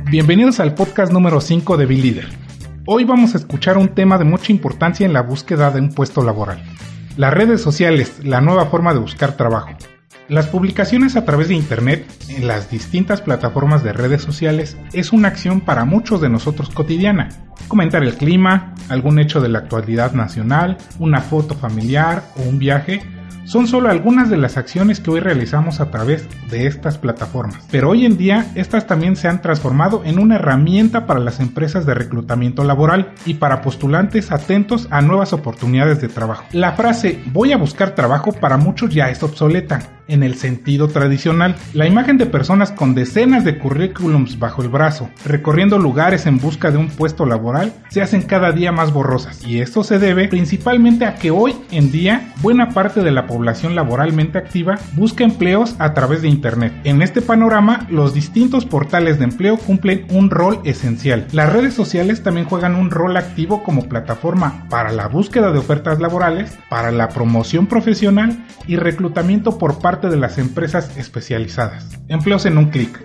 Bienvenidos al podcast número 5 de BeLeader. Hoy vamos a escuchar un tema de mucha importancia en la búsqueda de un puesto laboral. Las redes sociales, la nueva forma de buscar trabajo. Las publicaciones a través de internet en las distintas plataformas de redes sociales es una acción para muchos de nosotros cotidiana. Comentar el clima, algún hecho de la actualidad nacional, una foto familiar o un viaje son solo algunas de las acciones que hoy realizamos a través de estas plataformas. Pero hoy en día estas también se han transformado en una herramienta para las empresas de reclutamiento laboral y para postulantes atentos a nuevas oportunidades de trabajo. La frase "voy a buscar trabajo" para muchos ya es obsoleta. En el sentido tradicional, la imagen de personas con decenas de currículums bajo el brazo, recorriendo lugares en busca de un puesto laboral, se hacen cada día más borrosas. Y esto se debe principalmente a que hoy en día buena parte de la población laboralmente activa busca empleos a través de internet. En este panorama, los distintos portales de empleo cumplen un rol esencial. Las redes sociales también juegan un rol activo como plataforma para la búsqueda de ofertas laborales, para la promoción profesional y reclutamiento por parte de las empresas especializadas. Empleos en un clic.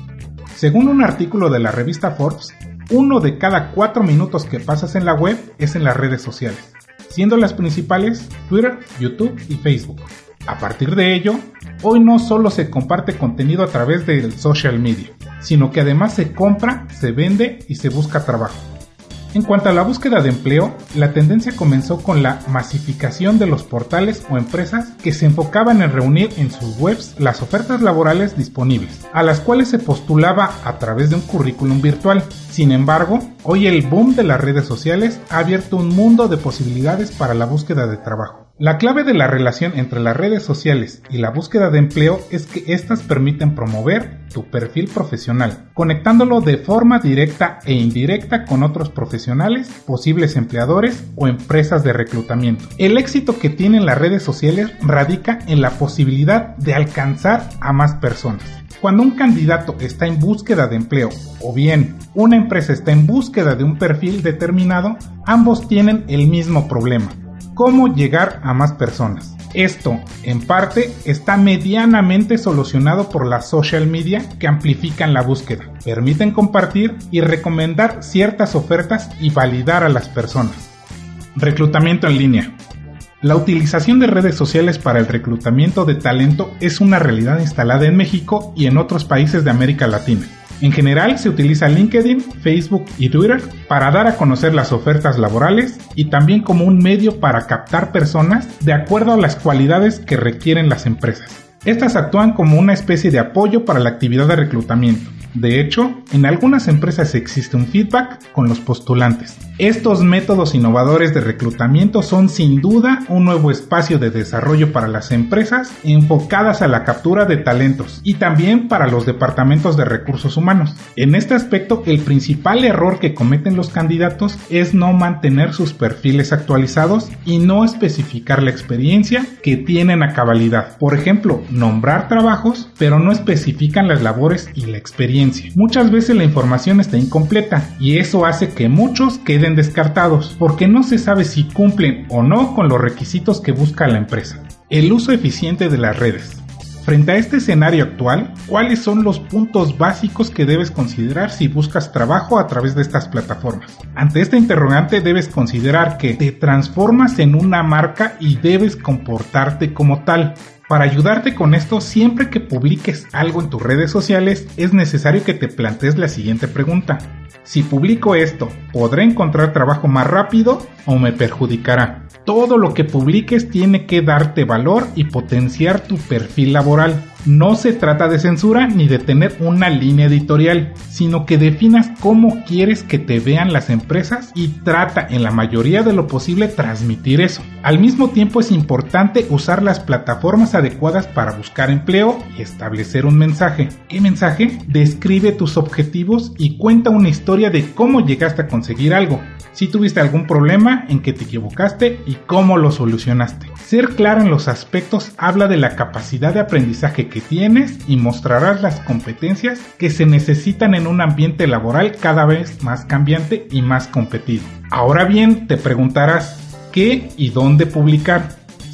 Según un artículo de la revista Forbes, 1 de cada 4 minutos que pasas en la web es en las redes sociales, siendo las principales Twitter, YouTube y Facebook. A partir de ello, hoy no solo se comparte contenido a través del social media, sino que además se compra, se vende y se busca trabajo. En cuanto a la búsqueda de empleo, la tendencia comenzó con la masificación de los portales o empresas que se enfocaban en reunir en sus webs las ofertas laborales disponibles, a las cuales se postulaba a través de un currículum virtual. Sin embargo, hoy el boom de las redes sociales ha abierto un mundo de posibilidades para la búsqueda de trabajo. La clave de la relación entre las redes sociales y la búsqueda de empleo es que éstas permiten promover tu perfil profesional, conectándolo de forma directa e indirecta con otros profesionales, posibles empleadores o empresas de reclutamiento. El éxito que tienen las redes sociales radica en la posibilidad de alcanzar a más personas. Cuando un candidato está en búsqueda de empleo o bien una empresa está en búsqueda de un perfil determinado, ambos tienen el mismo problema: cómo llegar a más personas. Esto, en parte, está medianamente solucionado por las social media que amplifican la búsqueda, permiten compartir y recomendar ciertas ofertas y validar a las personas. Reclutamiento en línea. La utilización de redes sociales para el reclutamiento de talento es una realidad instalada en México y en otros países de América Latina. En general se utiliza LinkedIn, Facebook y Twitter para dar a conocer las ofertas laborales y también como un medio para captar personas de acuerdo a las cualidades que requieren las empresas. Estas actúan como una especie de apoyo para la actividad de reclutamiento. De hecho, en algunas empresas existe un feedback con los postulantes. Estos métodos innovadores de reclutamiento son sin duda un nuevo espacio de desarrollo para las empresas enfocadas a la captura de talentos y también para los departamentos de recursos humanos. En este aspecto, el principal error que cometen los candidatos es no mantener sus perfiles actualizados y no especificar la experiencia que tienen a cabalidad. Por ejemplo, nombrar trabajos, pero no especifican las labores y la experiencia. Muchas veces la información está incompleta y eso hace que muchos queden descartados porque no se sabe si cumplen o no con los requisitos que busca la empresa. El uso eficiente de las redes. Frente a este escenario actual, ¿cuáles son los puntos básicos que debes considerar si buscas trabajo a través de estas plataformas? Ante esta interrogante debes considerar que te transformas en una marca y debes comportarte como tal. Para ayudarte con esto, siempre que publiques algo en tus redes sociales, es necesario que te plantees la siguiente pregunta: si publico esto, ¿podré encontrar trabajo más rápido o me perjudicará? Todo lo que publiques tiene que darte valor y potenciar tu perfil laboral. No se trata de censura ni de tener una línea editorial, sino que definas cómo quieres que te vean las empresas y trata en la mayoría de lo posible transmitir eso. Al mismo tiempo es importante usar las plataformas adecuadas para buscar empleo y establecer un mensaje. ¿Qué mensaje? Describe tus objetivos y cuenta una historia de cómo llegaste a conseguir algo. Si tuviste algún problema, en qué te equivocaste y cómo lo solucionaste. Ser claro en los aspectos habla de la capacidad de aprendizaje que tienes y mostrarás las competencias que se necesitan en un ambiente laboral cada vez más cambiante y más competido. Ahora bien, te preguntarás, ¿qué y dónde publicar?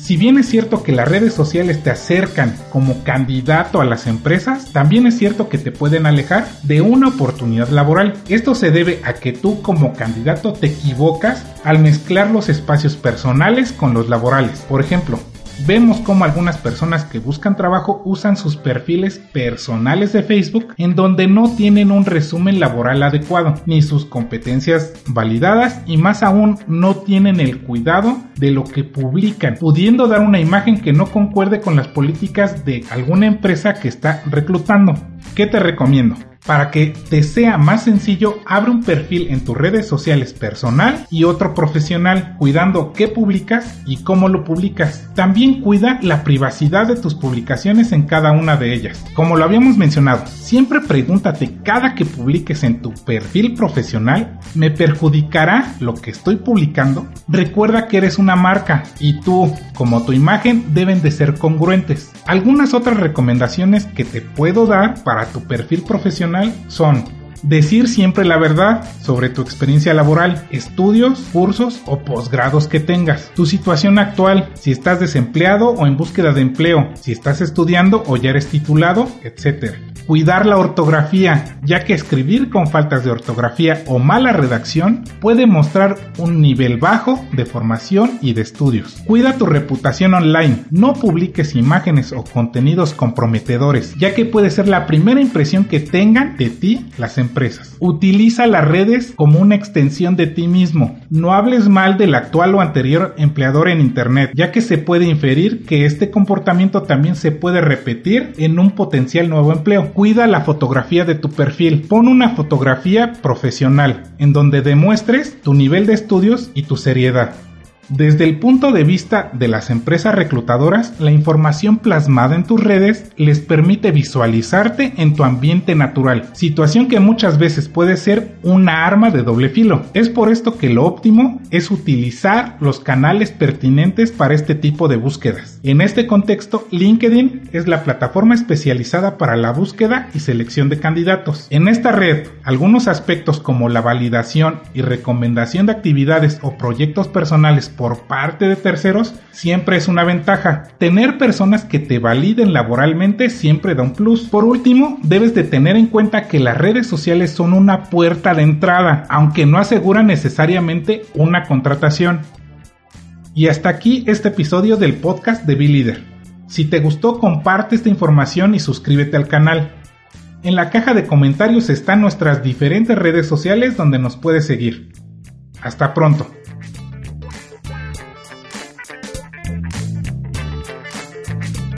Si bien es cierto que las redes sociales te acercan como candidato a las empresas, también es cierto que te pueden alejar de una oportunidad laboral. Esto se debe a que tú como candidato te equivocas al mezclar los espacios personales con los laborales. Por ejemplo, vemos cómo algunas personas que buscan trabajo usan sus perfiles personales de Facebook en donde no tienen un resumen laboral adecuado, ni sus competencias validadas y más aún no tienen el cuidado de lo que publican, pudiendo dar una imagen que no concuerde con las políticas de alguna empresa que está reclutando. ¿Qué te recomiendo? Para que te sea más sencillo, abre un perfil en tus redes sociales personal y otro profesional, cuidando qué publicas y cómo lo publicas. También cuida la privacidad de tus publicaciones en cada una de ellas. Como lo habíamos mencionado, siempre pregúntate cada que publiques en tu perfil profesional, ¿me perjudicará lo que estoy publicando? Recuerda que eres una marca y tú, como tu imagen, deben de ser congruentes. Algunas otras recomendaciones que te puedo dar para tu perfil profesional son: decir siempre la verdad sobre tu experiencia laboral, estudios, cursos o posgrados que tengas, tu situación actual, si estás desempleado o en búsqueda de empleo, si estás estudiando o ya eres titulado, etc. Cuidar la ortografía, ya que escribir con faltas de ortografía o mala redacción puede mostrar un nivel bajo de formación y de estudios. Cuida tu reputación online, no publiques imágenes o contenidos comprometedores, ya que puede ser la primera impresión que tengan de ti las empresas. Utiliza las redes como una extensión de ti mismo. No hables mal del actual o anterior empleador en internet, ya que se puede inferir que este comportamiento también se puede repetir en un potencial nuevo empleo. Cuida la fotografía de tu perfil. Pon una fotografía profesional en donde demuestres tu nivel de estudios y tu seriedad. Desde el punto de vista de las empresas reclutadoras, la información plasmada en tus redes les permite visualizarte en tu ambiente natural, situación que muchas veces puede ser una arma de doble filo. Es por esto que lo óptimo es utilizar los canales pertinentes para este tipo de búsquedas. En este contexto, LinkedIn es la plataforma especializada para la búsqueda y selección de candidatos. En esta red, algunos aspectos como la validación y recomendación de actividades o proyectos personales por parte de terceros siempre es una ventaja. Tener personas que te validen laboralmente siempre da un plus. Por último, debes de tener en cuenta que las redes sociales son una puerta de entrada, aunque no aseguran necesariamente una contratación. Y hasta aquí este episodio del podcast de Be Leader. Si te gustó, comparte esta información y suscríbete al canal. En la caja de comentarios están nuestras diferentes redes sociales donde nos puedes seguir. Hasta pronto.